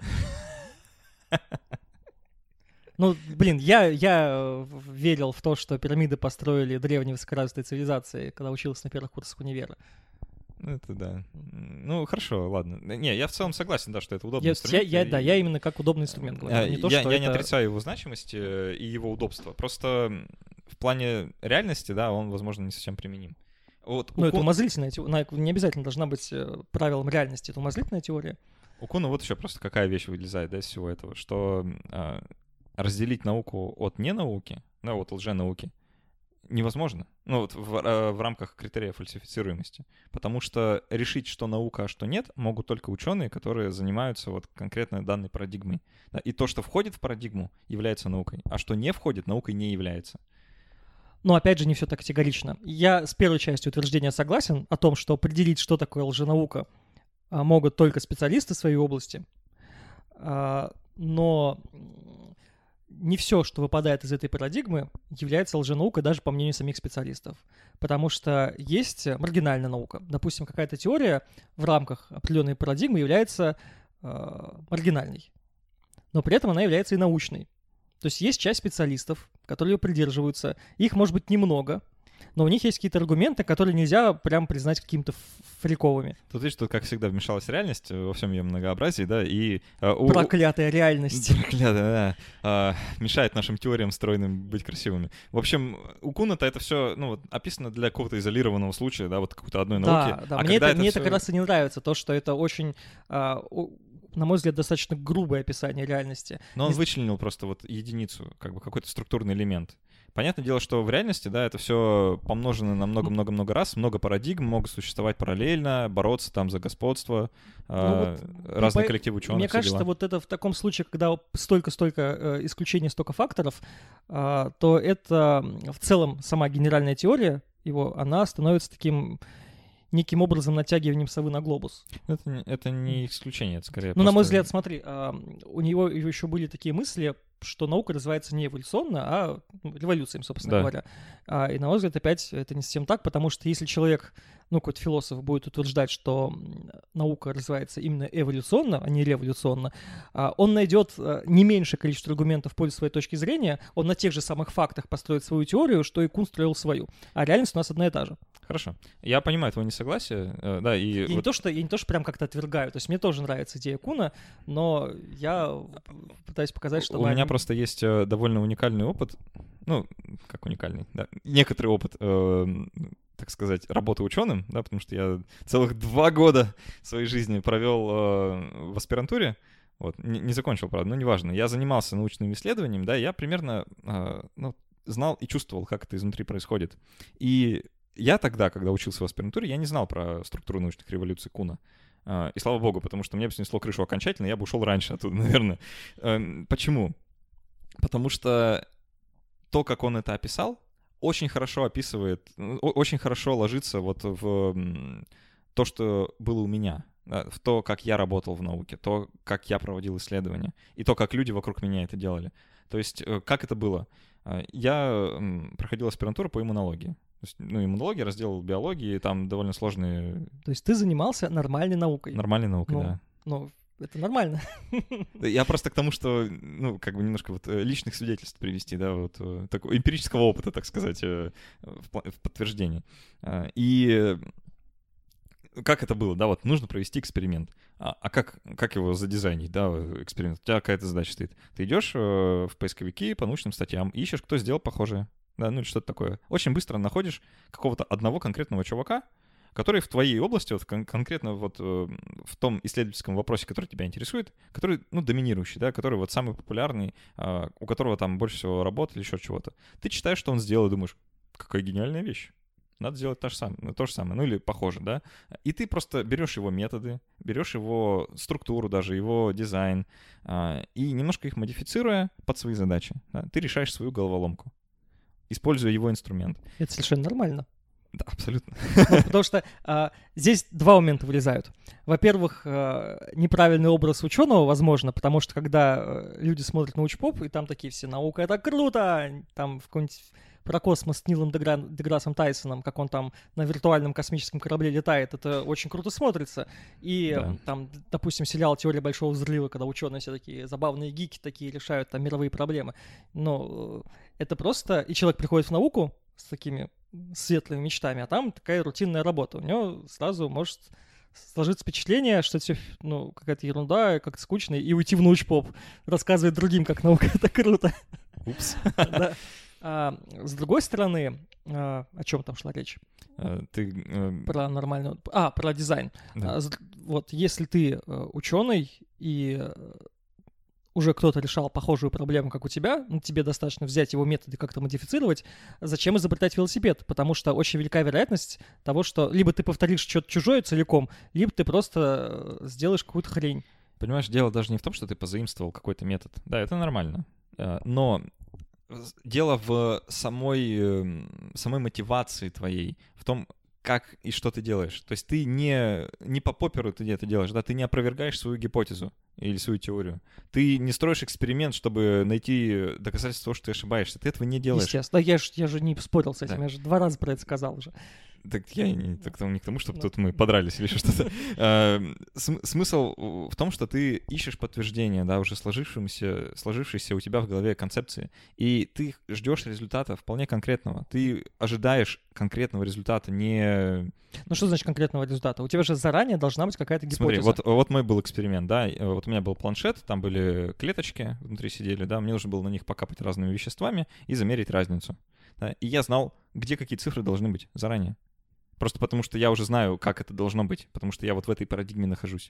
Ну, блин, я, я верил в то, что пирамиды построили древние высокоразвитые цивилизации, когда учился на первых курсах универа. Это да. Ну, хорошо, ладно. Не, я в целом согласен, да, что это удобный я, инструмент. Я, я, и... Да, я именно как удобный инструмент говорю. Я, не то, я, что я это... не отрицаю его значимость и его удобство. Просто в плане реальности, да, он, возможно, не совсем применим. Вот ну, у это Кун... умозрительная теория. Не обязательно должна быть правилом реальности. Это умозрительная теория. У Куна вот еще просто какая вещь вылезает, да, из всего этого, что а, разделить науку от ненауки, ну, от лженауки, невозможно. Ну, вот в, в рамках критерия фальсифицируемости. Потому что решить, что наука, а что нет, могут только ученые, которые занимаются вот конкретно данной парадигмой. Да, и то, что входит в парадигму, является наукой, а что не входит, наукой не является. Но, опять же, не все так категорично. Я с первой частью утверждения согласен о том, что определить, что такое лженаука, могут только специалисты в своей области. Но не все, что выпадает из этой парадигмы, является лженаукой даже по мнению самих специалистов. Потому что есть маргинальная наука. Допустим, какая-то теория в рамках определенной парадигмы является э, маргинальной. Но при этом она является и научной. То есть есть часть специалистов, которые ее придерживаются. Их может быть немного, но у них есть какие-то аргументы, которые нельзя прям признать какими-то фриковыми. Тут видишь, тут, как всегда, вмешалась реальность во всем ее многообразии, да, и... Uh, у... Проклятая реальность. Проклятая, да. Uh, мешает нашим теориям стройным быть красивыми. В общем, у Куна-то это все, ну, вот, описано для какого-то изолированного случая, да, вот какой-то одной науки. Да, да, а мне, это, это, мне все... это как раз и не нравится, то, что это очень... Uh, на мой взгляд, достаточно грубое описание реальности. Но он Не... вычленил просто вот единицу, как бы какой-то структурный элемент. Понятное дело, что в реальности, да, это все помножено на много-много-много раз, много парадигм могут существовать параллельно, бороться там за господство, ну, э, вот, разные по... коллективы ученых. Мне кажется, дела. Вот это в таком случае, когда столько-столько э, исключений, столько факторов, э, то это в целом сама генеральная теория его, она становится таким... неким образом натягиванием совы на глобус. Это, это не исключение, это скорее Ну, просто... на мой взгляд, смотри, а, у него еще были такие мысли, что наука развивается не эволюционно, а революциями, собственно да. говоря. А, и, на мой взгляд, опять это не совсем так, потому что если человек, ну, какой-то философ будет утверждать, что наука развивается именно эволюционно, а не революционно, а, он найдет не меньшее количество аргументов в пользу своей точки зрения, он на тех же самых фактах построит свою теорию, что и Кун строил свою. А реальность у нас одна и та же. Хорошо. Я понимаю твое несогласие, э, да, и... Я, вот... не то, что, я не то, что прям как-то отвергаю, то есть мне тоже нравится идея Куна, но я пытаюсь показать, что... У она... меня просто есть довольно уникальный опыт, ну, как уникальный, да, некоторый опыт, э, так сказать, работы ученым, да, потому что я целых два года своей жизни провел э, в аспирантуре, вот, не, не закончил, правда, но неважно, я занимался научным исследованием, да, я примерно, э, ну, знал и чувствовал, как это изнутри происходит, и я тогда, когда учился в аспирантуре, я не знал про структуру научных революций Куна. И слава богу, потому что мне бы снесло крышу окончательно, я бы ушел раньше оттуда, наверное. Почему? Потому что то, как он это описал, очень хорошо описывает, очень хорошо ложится вот в то, что было у меня, в то, как я работал в науке, то, как я проводил исследования, и то, как люди вокруг меня это делали. То есть, как это было? Я проходил аспирантуру по иммунологии. То есть, ну, иммунология, раздел биологии, там довольно сложные... То есть ты занимался нормальной наукой? Нормальной наукой, ну, да. Ну, это нормально. Я просто к тому, что, ну, как бы немножко вот личных свидетельств привести, да, вот такого эмпирического опыта, так сказать, в подтверждение. И как это было, да, вот нужно провести эксперимент. А, а как, как его задизайнить, да, эксперимент? У тебя какая-то задача стоит. Ты идешь в поисковики по научным статьям, ищешь, кто сделал похожее. Да, ну или что-то такое. Очень быстро находишь какого-то одного конкретного чувака, которые в твоей области, вот кон- конкретно вот э, в том исследовательском вопросе, который тебя интересует, который, ну, доминирующий, да, который вот самый популярный, э, у которого там больше всего работы или еще чего-то. Ты читаешь, что он сделал, и думаешь, какая гениальная вещь. Надо сделать то же самое, то же самое, ну или похоже, да. И ты просто берешь его методы, берешь его структуру даже, его дизайн, э, и немножко их модифицируя под свои задачи, да, ты решаешь свою головоломку, используя его инструмент. Это совершенно нормально. Да, абсолютно. Ну, потому что а, здесь два момента вылезают. Во-первых, а, неправильный образ ученого, возможно, потому что когда а, люди смотрят научпоп, и там такие все, наука — это круто, там в какой-нибудь про космос с Нилом Дегра... Деграссом Тайсоном, как он там на виртуальном космическом корабле летает, это очень круто смотрится. И Да. там, допустим, сериал «Теория большого взрыва», когда ученые все такие забавные гики такие решают там мировые проблемы. Но это просто... И человек приходит в науку с такими светлыми мечтами, а там такая рутинная работа. У него сразу может сложиться впечатление, что это все, ну, какая-то ерунда, как-то скучно, и уйти в научпоп, рассказывать другим, как наука — это круто. Упс. Да. А, с другой стороны, а, о чем там шла речь? А, Ты... э, Про нормальную... А, про дизайн. Да. А, с- вот если ты ученый и э, уже кто-то решал похожую проблему, как у тебя, ну, тебе достаточно взять его методы, как-то модифицировать, зачем изобретать велосипед? Потому что очень велика вероятность того, что либо ты повторишь что-то чужое целиком, либо ты просто э, сделаешь какую-то хрень. Понимаешь, дело даже не в том, что ты позаимствовал какой-то метод. Да, это нормально. Э, Но з- дело в самой, эм, самой мотивации твоей, в том, как и что ты делаешь. То есть ты не, не по поперу ты это делаешь, да, ты не опровергаешь свою гипотезу или свою теорию. Ты не строишь эксперимент, чтобы найти доказательство того, что ты ошибаешься. Ты этого не делаешь. Естественно. Да, я же я же не спорил с этим, Да. я же два раза про это сказал уже. Так я не, так, не к тому, чтобы Ну. тут мы подрались или что-то. А, см- Смысл в том, что ты ищешь подтверждение, да, уже сложившемуся, сложившейся у тебя в голове концепции, и ты ждешь результата вполне конкретного. Ты ожидаешь конкретного результата, не... Ну что значит конкретного результата? У тебя же заранее должна быть какая-то Смотри, гипотеза. вот, вот мой был эксперимент, да, и вот у меня был планшет, там были клеточки внутри сидели, да, мне нужно было на них покапать разными веществами и замерить разницу. Да, и я знал, где какие цифры должны быть заранее. Просто потому что я уже знаю, как это должно быть, потому что я вот в этой парадигме нахожусь.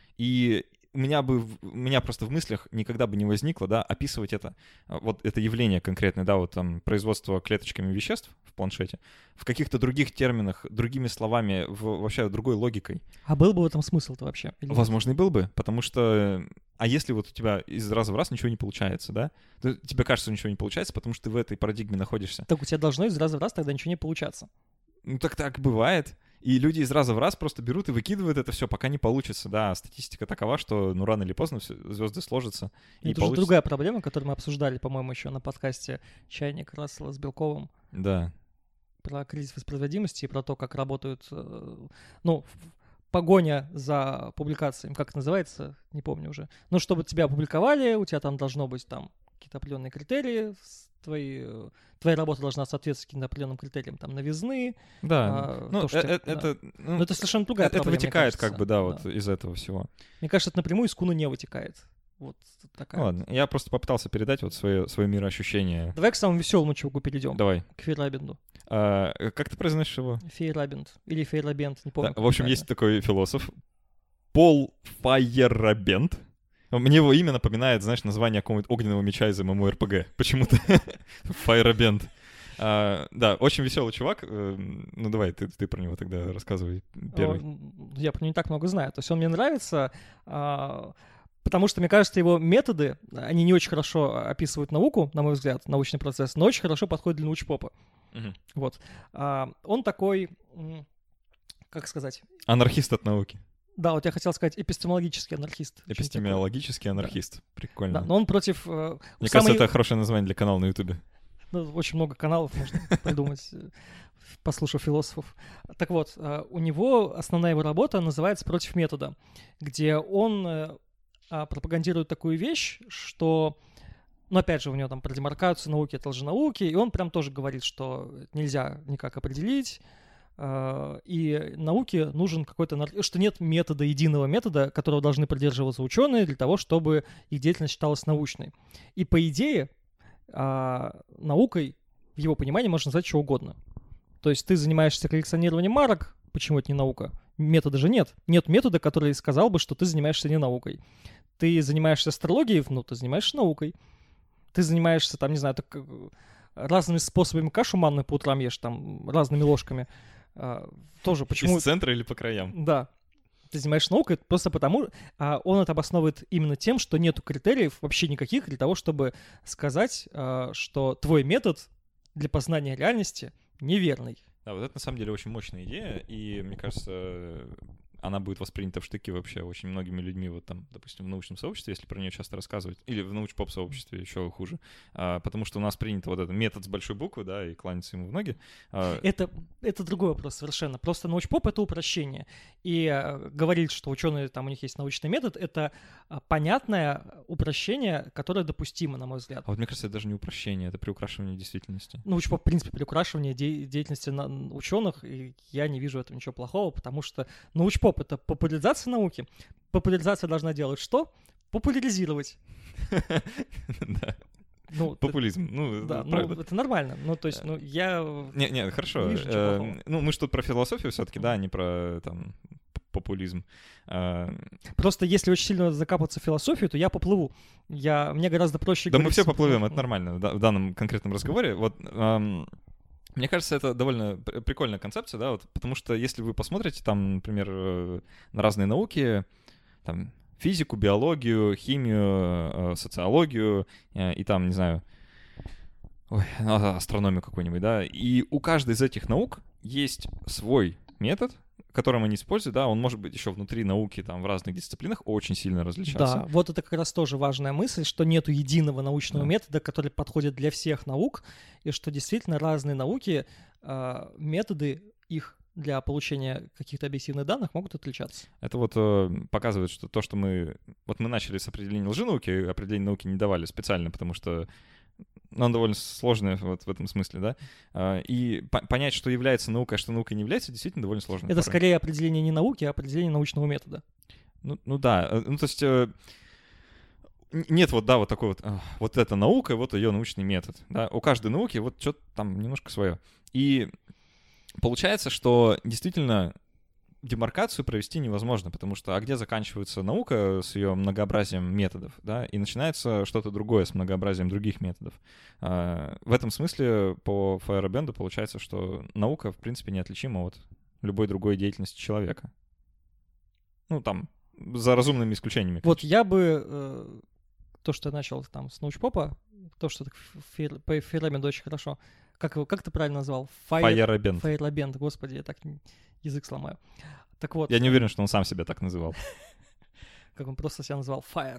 И у меня бы, в- у меня просто в мыслях никогда бы не возникло, да, описывать это, а, вот это явление конкретное, да, вот там производство клеточками веществ в планшете, в каких-то других терминах, другими словами, в, вообще другой логикой. А был бы в этом смысл-то вообще? Или нет? Возможно, и был бы, потому что... А если вот у тебя из раза в раз ничего не получается, да? То тебе кажется, что ничего не получается, потому что ты в этой парадигме находишься. Так у тебя должно из раза в раз тогда ничего не получаться. Ну так так бывает. И люди из раза в раз просто берут и выкидывают это все, пока не получится. Да, статистика такова, что ну рано или поздно все, звезды сложатся. И Это уже получится. другая проблема, которую мы обсуждали, по-моему, еще на подкасте «Чайник» Рассела с Белковым Да. про кризис воспроизводимости и про то, как работают, э, ну, в- погоня за публикациями, как это называется, не помню уже. Но чтобы тебя опубликовали, у тебя там должно быть там какие-то определенные критерии, с- твои, э, твоя работа должна соответствовать каким-то определенным критериям там новизны. Да. а, ну, то, что э- тебя- э- это, ну, Но это совершенно другая это проблема, мне вытекает кажется. как бы, да, вот из этого всего. Мне кажется, это напрямую из Куна не вытекает. Вот такая. Ну ладно, я просто попытался передать вот свое, свое мироощущение. Давай к самому веселому чуваку перейдем. Давай. К Фейерабенду. А, как ты произносишь его? Фейерабенд. Или Фейерабенд, не помню. Да, как в общем, правильно. есть такой философ Пол Файерабенд. Мне его имя напоминает, знаешь, название какого-нибудь огненного меча из ММО-РПГ. Почему-то. Файерабенд. А, да, очень веселый чувак. Э, Ну давай, ты, ты про него тогда рассказывай первый. О, Я про него не так много знаю. То есть он мне нравится, а, потому что, мне кажется, его методы, они не очень хорошо описывают науку, на мой взгляд, научный процесс, но очень хорошо подходят для научпопа. Мгм. Вот. А, Он такой, м, как сказать... Анархист от науки. Да, вот я хотел сказать эпистемологический анархист. Очень такой. Эпистемиологический анархист. Прикольно. Да, но он против... э, Мне самый- кажется, это хорошее название для канала на Ютубе. Ну, очень много каналов можно придумать, э, послушав философов. Так вот, э, у него основная его работа называется «Против метода», где он э, а, пропагандирует такую вещь, что... Ну, опять же, у него там про демаркацию науки от лженауки, и он прям тоже говорит, что нельзя никак определить, э, и науке нужен какой-то... нар- Что нет метода, единого метода, которого должны придерживаться ученые для того, чтобы их деятельность считалась научной. И по идее, а, наукой, в его понимании, можно назвать что угодно. То есть ты занимаешься коллекционированием марок, Почему это не наука? Метода же нет. Нет метода, который сказал бы, что ты занимаешься не наукой. Ты занимаешься астрологией, ну, ты занимаешься наукой. Ты занимаешься, там, не знаю, так, разными способами кашу манную по утрам ешь, там, разными ложками. А, тоже почему... Из центра или по краям? Да. Ты занимаешься наукой просто потому, а он это обосновывает именно тем, что нету критериев вообще никаких для того, чтобы сказать, а, что твой метод для познания реальности неверный. Да, вот это на самом деле очень мощная идея, и мне кажется, она будет воспринята в штыки вообще очень многими людьми, вот там, допустим, в научном сообществе, если про нее часто рассказывать, или в научпоп-сообществе еще хуже, а, потому что у нас принято вот этот метод с большой буквы, да, и кланяться ему в ноги. А... Это, это другой вопрос совершенно. Просто научпоп — это упрощение. И а, говорить, что ученые, там, у них есть научный метод, это а, понятное упрощение, которое допустимо, на мой взгляд. А вот мне кажется, это даже не упрощение, это приукрашивание действительности. Научпоп, в принципе, приукрашивание де- деятельности на- ученых, и я не вижу в этом ничего плохого, потому что научпоп — это популяризация науки. Популяризация должна делать что? Популяризировать. Да. Ну, популизм. Ну, да, ну, это нормально. Ну, то есть, ну, я... Не, не, хорошо. Не вижу ничего Э, плохого. ну, мы же тут про философию все-таки, да, а не про там популизм. А, Просто если очень сильно закапываться в философию, то я поплыву. Я... Мне гораздо проще Да мы говорить все с- поплывем, это нормально в да- в данном конкретном разговоре. Вот ам, мне кажется, это довольно пр- прикольная концепция, да, вот, потому что если вы посмотрите там, например, э, на разные науки, там, физику, биологию, химию, э, социологию э, и там, не знаю, ой, а- астрономию какую-нибудь, да, и у каждой из этих наук есть свой метод, которым они используют, да, он может быть еще внутри науки, там, в разных дисциплинах очень сильно различаться. Да, вот это как раз тоже важная мысль, что нету единого научного Да. метода, который подходит для всех наук, и что действительно разные науки, а, методы их для получения каких-то объективных данных могут отличаться. Это вот э, показывает, что то, что мы... Вот мы начали с определения лженауки, определение науки не давали специально, потому что ну, оно довольно сложное вот в этом смысле, да. А, и по- понять, что является наукой, а что наукой не является, действительно довольно сложно. Это порой. скорее определение не науки, а определение научного метода. Ну, ну да, э, ну то есть... э, н- Нет вот, да, вот такой вот, а, вот эта наука, вот ее научный метод, да, у каждой науки вот что-то там немножко свое. И получается, что действительно демаркацию провести невозможно, потому что а где заканчивается наука с ее многообразием методов, да, и начинается что-то другое с многообразием других методов. А, В этом смысле по Фейербенду получается, что наука, в принципе, неотличима от любой другой деятельности человека. Ну, там, за разумными исключениями. Вот я бы э, то, что я начал там с научпопа, то, что так Фейер- по Фейербенду очень хорошо. Как, его, как ты правильно назвал? Фейербенд. Фейербенд, господи, я так язык сломаю. Так вот, Я не уверен, что он сам себя так называл. как он просто себя назвал, Fire.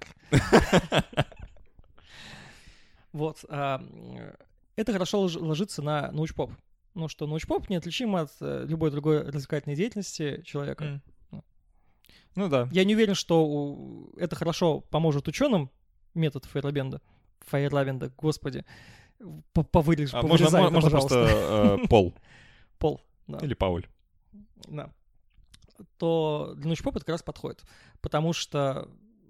Вот. а, м, Это хорошо лож- ложится на научпоп. Ну, что научпоп неотличим от э, любой другой развлекательной деятельности человека. Ну да. Я не уверен, что у- это хорошо поможет ученым, метод Фейербенда. Фейербенда, господи. По- Повырежь, А можно повырезай мо- это, можно пожалуйста. просто э, Пол Пол. Да. или Пауль. Да. То для научпопа это как раз подходит. Потому что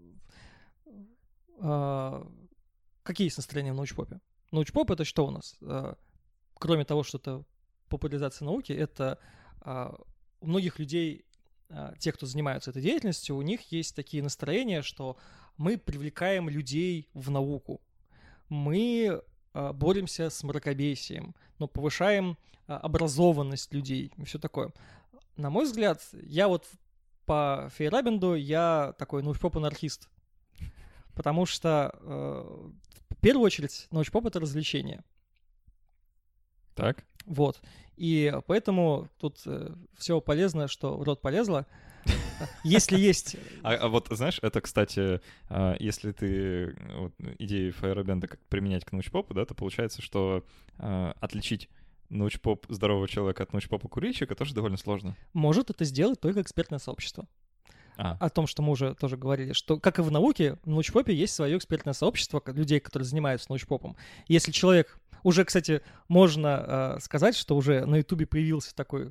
а, какие есть настроения в научпопе? Научпоп — это что у нас? А, кроме того, что это популяризация науки, это а, у многих людей, а, тех, кто занимаются этой деятельностью, у них есть такие настроения, что мы привлекаем людей в науку. Мы а, боремся с мракобесием, но повышаем а, образованность людей и все такое. На мой взгляд, я вот по Фейербенду я такой научпоп-анархист. Потому что э, в первую очередь научпоп — это развлечение. Так. Вот. И поэтому тут э, все полезно, что в рот полезло. Если есть... А, а вот, знаешь, это, кстати, а, если ты вот, идеи Фейербенда как применять к научпопу, да, то получается, что а, отличить научпоп здорового человека от научпопа курильщика тоже довольно сложно. Может это сделать только экспертное сообщество. А, О том, что мы уже тоже говорили, что, как и в науке, в научпопе есть свое экспертное сообщество людей, которые занимаются научпопом. Если человек... Уже, кстати, можно э, сказать, что уже на Ютубе появился такой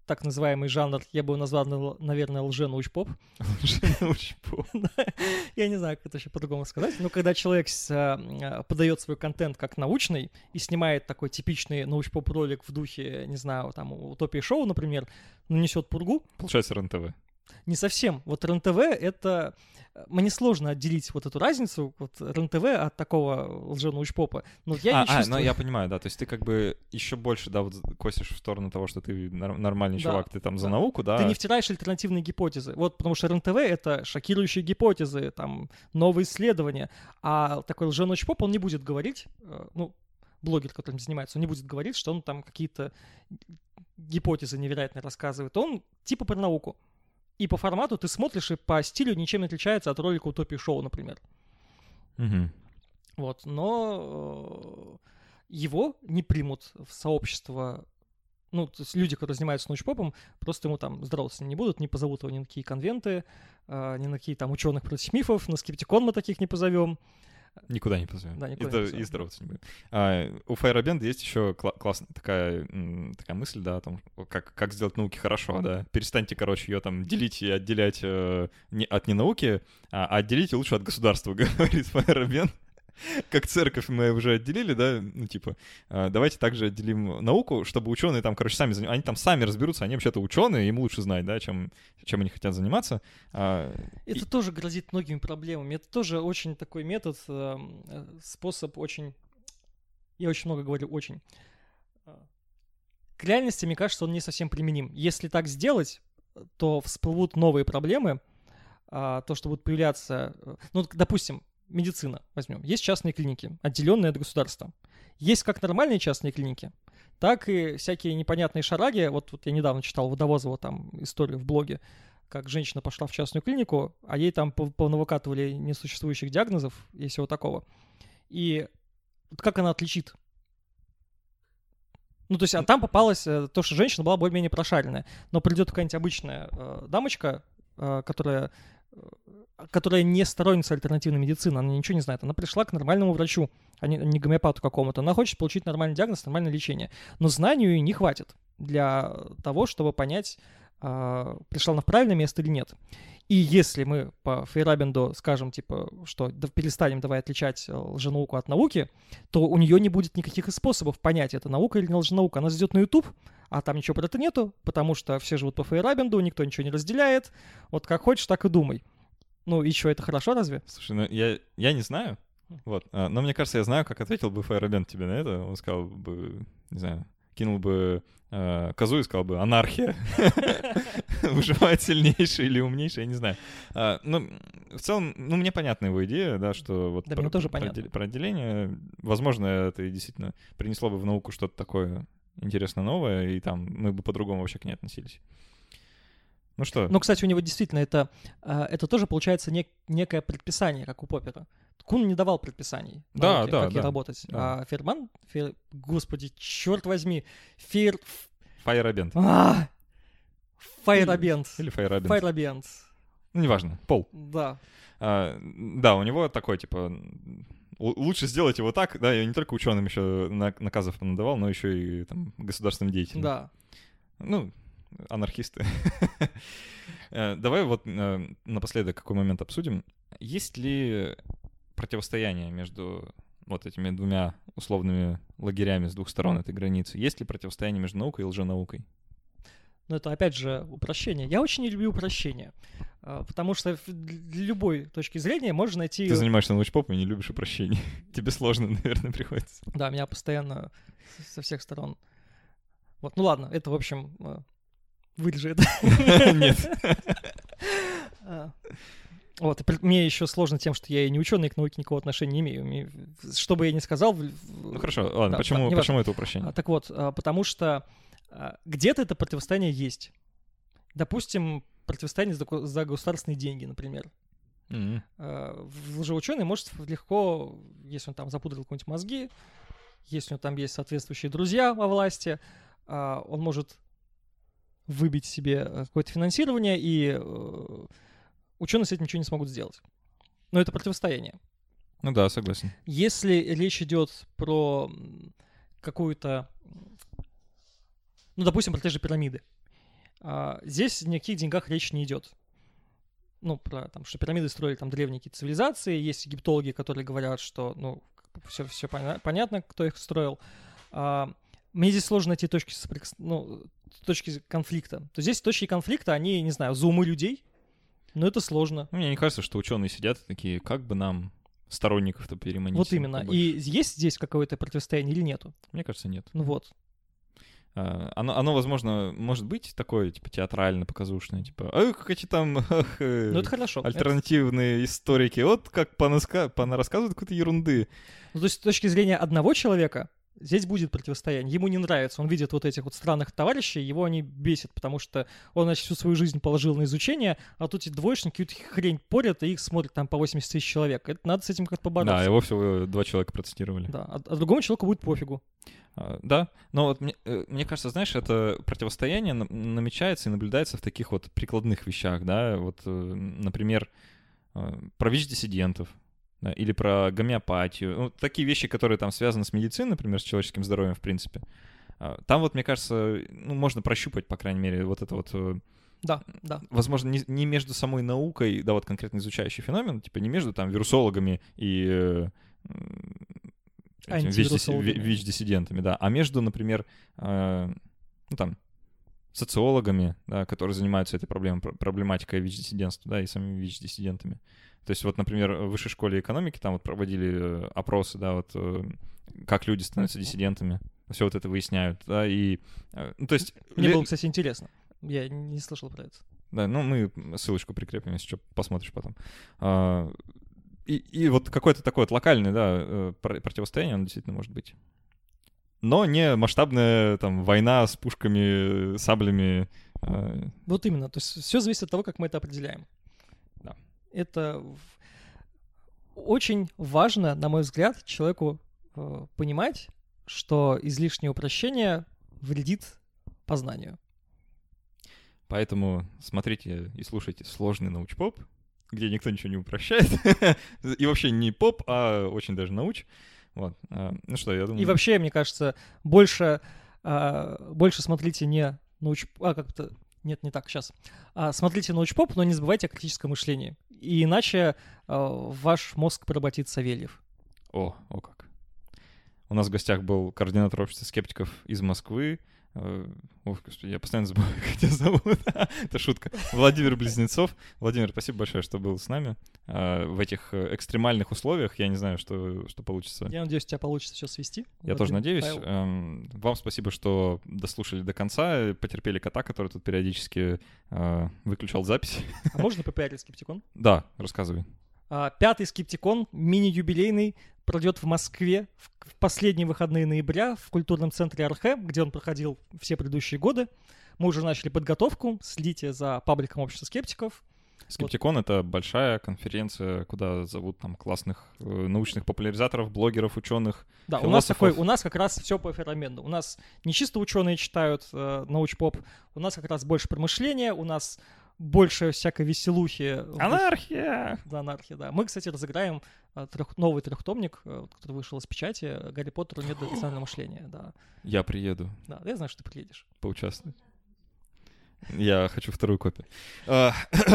так называемый жанр, я бы его назвал, наверное, лженаучпоп. Лженаучпоп. Я не знаю, как это еще по-другому сказать, но когда человек подает свой контент как научный и снимает такой типичный научпоп-ролик в духе, не знаю, там, «Утопии шоу», например, но несет пургу. Получается РЕН-ТВ. Не совсем. Вот РЕН-ТВ — это... Мне сложно отделить вот эту разницу, вот РЕН-ТВ от такого лженаучпопа. Но я а, не чувствую... А, ну я понимаю, да. То есть ты как бы еще больше, да, вот косишь в сторону того, что ты нормальный да, чувак, ты там за да. науку, да? Ты не втираешь альтернативные гипотезы. Вот, потому что РЕН-ТВ — это шокирующие гипотезы, там, новые исследования. А такой лженаучпоп, он не будет говорить, ну, блогер, которым занимается, он не будет говорить, что он там какие-то гипотезы невероятные рассказывает. Он типа про науку. И по формату ты смотришь, и по стилю ничем не отличается от ролика «Утопии шоу», например. Угу. Вот, но его не примут в сообщество. Ну, то есть люди, которые занимаются научпопом, просто ему там здороваться не будут, не позовут его ни на какие конвенты, ни на какие там ученых против мифов, на скептикон мы таких не позовем. Никуда не позовем. Да, никуда и, не позовем. И здороваться не будем. А, у Фейерабенда есть еще кла- классная такая, такая мысль, да, о том, как, как сделать науки хорошо, да. Перестаньте, короче, ее там делить и отделять э, не, от ненауки, а, а отделите лучше от государства, говорит Фейерабенд. Как церковь мы уже отделили, да, ну, типа, э, давайте также отделим науку, чтобы ученые там, короче, сами занимаются, они там сами разберутся, они вообще-то ученые, им лучше знать, да, чем, чем они хотят заниматься. А, это и... тоже грозит многими проблемами, это тоже очень такой метод, э, способ очень, я очень много говорю, очень. К реальности, мне кажется, он не совсем применим. Если так сделать, то всплывут новые проблемы, а, то, что будут появляться, ну, допустим, медицина возьмем. Есть частные клиники, отделенные от государства. Есть как нормальные частные клиники, так и всякие непонятные шараги. Вот, вот я недавно читал Водовозова там историю в блоге, как женщина пошла в частную клинику, а ей там понавыкатывали несуществующих диагнозов и всего такого. И вот как она отличит? Ну, то есть, а там попалось то, что женщина была более-менее прошаренная. Но придет какая-нибудь обычная э, дамочка, э, которая... которая не сторонница альтернативной медицины, она ничего не знает. Она пришла к нормальному врачу, а не, не гомеопату какому-то. Она хочет получить нормальный диагноз, нормальное лечение. Но знанию ей не хватит для того, чтобы понять, э, пришла она в правильное место или нет. И если мы по Фейерабенду скажем, типа, что да, перестанем давай отличать лженауку от науки, то у нее не будет никаких способов понять, это наука или не лженаука. Она зайдет на YouTube, а там ничего про это нету, потому что все живут по Фейерабенду, никто ничего не разделяет. Вот как хочешь, так и думай. Ну и что, это хорошо разве? Слушай, ну я, я не знаю, вот, но мне кажется, я знаю, как ответил бы Фейерабенд тебе на это. Он сказал бы, не знаю, кинул бы э, козу и сказал бы «анархия». Выживает сильнейший или умнейший, я не знаю. А, ну, в целом, ну, мне понятна его идея, да, что вот да, про, мне тоже про, понятно. про отделение, возможно, это и действительно принесло бы в науку что-то такое интересно новое, и там мы бы по-другому вообще к ней относились. Ну что? Ну, кстати, у него действительно это, это тоже получается нек- некое предписание, как у Поппера. Кун не давал предписаний, да, науке, да, как да, ей работать. Да. А Фейерман, Фейер... господи, черт возьми, Фейер... Фейерабенд. А! Фейерабенд. Или Фейерабенд. Фейерабенд. Ну, неважно, Пол. Да. А, да, у него такой, типа, лучше сделать его так, да, я не только ученым еще наказов понадавал, но еще и там государственным деятелям. Да. Ну, анархисты. Давай вот напоследок какой момент обсудим. Есть ли противостояние между вот этими двумя условными лагерями с двух сторон этой границы? Есть ли противостояние между наукой и лженаукой? Ну, это, опять же, упрощение. Я очень не люблю упрощения, потому что для любой точки зрения можно найти... Ты занимаешься научпопом и не любишь упрощений. Тебе сложно, наверное, приходится. Да, меня постоянно со всех сторон... Вот, ну ладно, это, в общем, вырежи это. Нет. Вот, и мне еще сложно тем, что я и не ученый, к науке никакого отношения не имею. Что бы я ни сказал... Ну хорошо, ладно, да, почему, да, почему это упрощение? Так вот, потому что где-то это противостояние есть. Допустим, противостояние за государственные деньги, например. Mm-hmm. Лжеученый может легко, если он там запудрил какие-нибудь мозги, если у него там есть соответствующие друзья во власти, он может выбить себе какое-то финансирование, и ученые с этим ничего не смогут сделать. Но это противостояние. Ну да, согласен. Если речь идет про какую-то, ну, допустим, про те же пирамиды. А, здесь ни о каких деньгах речь не идет. Ну, про там, что пирамиды строили там древние какие-то цивилизации. Есть египтологи, которые говорят, что, ну, все, все поня- понятно, кто их строил. А, мне здесь сложно найти точки, соприкос... ну, точки конфликта. То здесь точки конфликта, они, не знаю, за умы людей, но это сложно. Ну, мне не кажется, что ученые сидят и такие, как бы нам сторонников-то переманить. Вот именно. побольше. И есть здесь какое-то противостояние или нету? Мне кажется, нет. Ну вот. А, Оно, оно, возможно, может быть такое, типа, театрально-показушное, типа, эх, какие там эх, э, Ну это хорошо. Это- альтернативные историки, вот как понаска... понарассказывают какой-то ерунды. Ну, то есть с точки зрения одного человека здесь будет противостояние. Ему не нравится. Он видит вот этих вот странных товарищей, его они бесят, потому что он, значит, всю свою жизнь положил на изучение, а тут эти двоечники какую-то хрень порят, и их смотрят там по восемьдесят тысяч человек. Это надо с этим как-то побороться. Да, его всего два человека процитировали. Да, а, а другому человеку будет пофигу. А, Да, но вот мне, э, мне кажется, знаешь, это противостояние на- намечается и наблюдается в таких вот прикладных вещах, да, вот, э, например, э, про ВИЧ-диссидентов, да, или про гомеопатию, ну, такие вещи, которые там связаны с медициной, например, с человеческим здоровьем, в принципе. А, Там вот, мне кажется, ну, можно прощупать, по крайней мере, вот это вот, э, Да, да. возможно, не, не между самой наукой, да, вот конкретно изучающий феномен, типа не между там вирусологами и э, м, этими Антивирусологами. ВИЧ-дисси- ВИЧ-диссидентами, да, а между, например, э, ну там, социологами, да, которые занимаются этой проблемой, пр- проблематикой ВИЧ-диссидентства, да, и самими ВИЧ-диссидентами. То есть вот, например, в Высшей школе экономики там вот проводили э, опросы, да, вот э, как люди становятся диссидентами, все вот это выясняют, да, и, э, ну, то есть... Мне ле- было, кстати, интересно. Я не слышал про это. Да, ну мы ссылочку прикрепим, если что, посмотришь потом. А, И, и вот какое-то такое вот локальное, да, э, пр- противостояние, оно действительно может быть. Но не масштабная там война с пушками, саблями. э, Вот именно. То есть все зависит от того, как мы это определяем. Да. Это в- очень важно, на мой взгляд, человеку э, понимать, что излишнее упрощение вредит познанию. Поэтому смотрите и слушайте сложный научпоп, где никто ничего не упрощает. И вообще не поп, а очень даже науч. Вот. А, Ну что, я думаю... И вообще, мне кажется, больше, а, больше смотрите не науч... А, как-то... Нет, не так, сейчас. А, смотрите научпоп, но не забывайте о критическом мышлении. И иначе а, ваш мозг поработит Савельев. О, о как. У нас в гостях был координатор общества скептиков из Москвы. Э, Ох, господи, я постоянно забываю, как тебя зовут. Это шутка. Владимир Близнецов. Владимир, спасибо большое, что был с нами. Э, В этих э, экстремальных условиях я не знаю, что, что получится. Я надеюсь, у тебя получится все свести. Я в тоже один надеюсь. файл. Эм, Вам спасибо, что дослушали до конца, потерпели кота, который тут периодически э, выключал запись. А можно попиарить скептикон? Да, рассказывай. А, Пятый скептикон, мини-юбилейный, пройдет в Москве в в последние выходные ноября в культурном центре Архэ, где он проходил все предыдущие годы. Мы уже начали подготовку. Следите за пабликом общества скептиков. Скептикон — это большая конференция, куда зовут там классных э, научных популяризаторов, блогеров, ученых. Да, у нас Философов. такой, у нас как раз все по феномену. У нас не чисто ученые читают э, научпоп, у нас как раз больше промышления, у нас больше всякой веселухи. в- Анархия! Да, анархия, да. Мы, кстати, разыграем э, трех- новый трехтомник, э, вот, который вышел из печати, э, «Гарри Поттеру нет рационального мышления». Да. Я приеду Да, я знаю, что ты приедешь. поучаствовать. Я хочу вторую копию. А,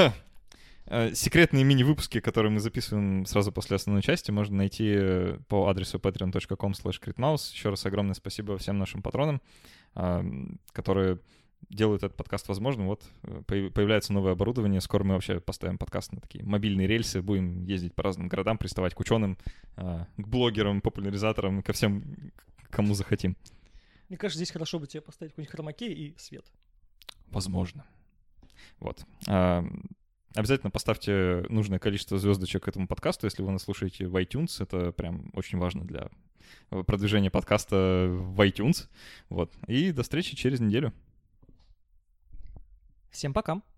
э, Секретные мини-выпуски, которые мы записываем сразу после основной части, можно найти э, по адресу patreon точка com slash critmouse. Еще раз огромное спасибо всем нашим патронам, а, которые делают этот подкаст возможным. Вот э, появ- появляется новое оборудование. Скоро мы вообще поставим подкаст на такие мобильные рельсы, будем ездить по разным городам, приставать к ученым, а, к блогерам, популяризаторам, ко всем, к кому захотим. Мне кажется, здесь хорошо бы тебе поставить какой-нибудь хромакей и свет. Возможно. Вот. А, Обязательно поставьте нужное количество звездочек к этому подкасту, если вы нас слушаете в iTunes. Это прям очень важно для продвижения подкаста в iTunes. Вот. И до встречи через неделю. Всем пока.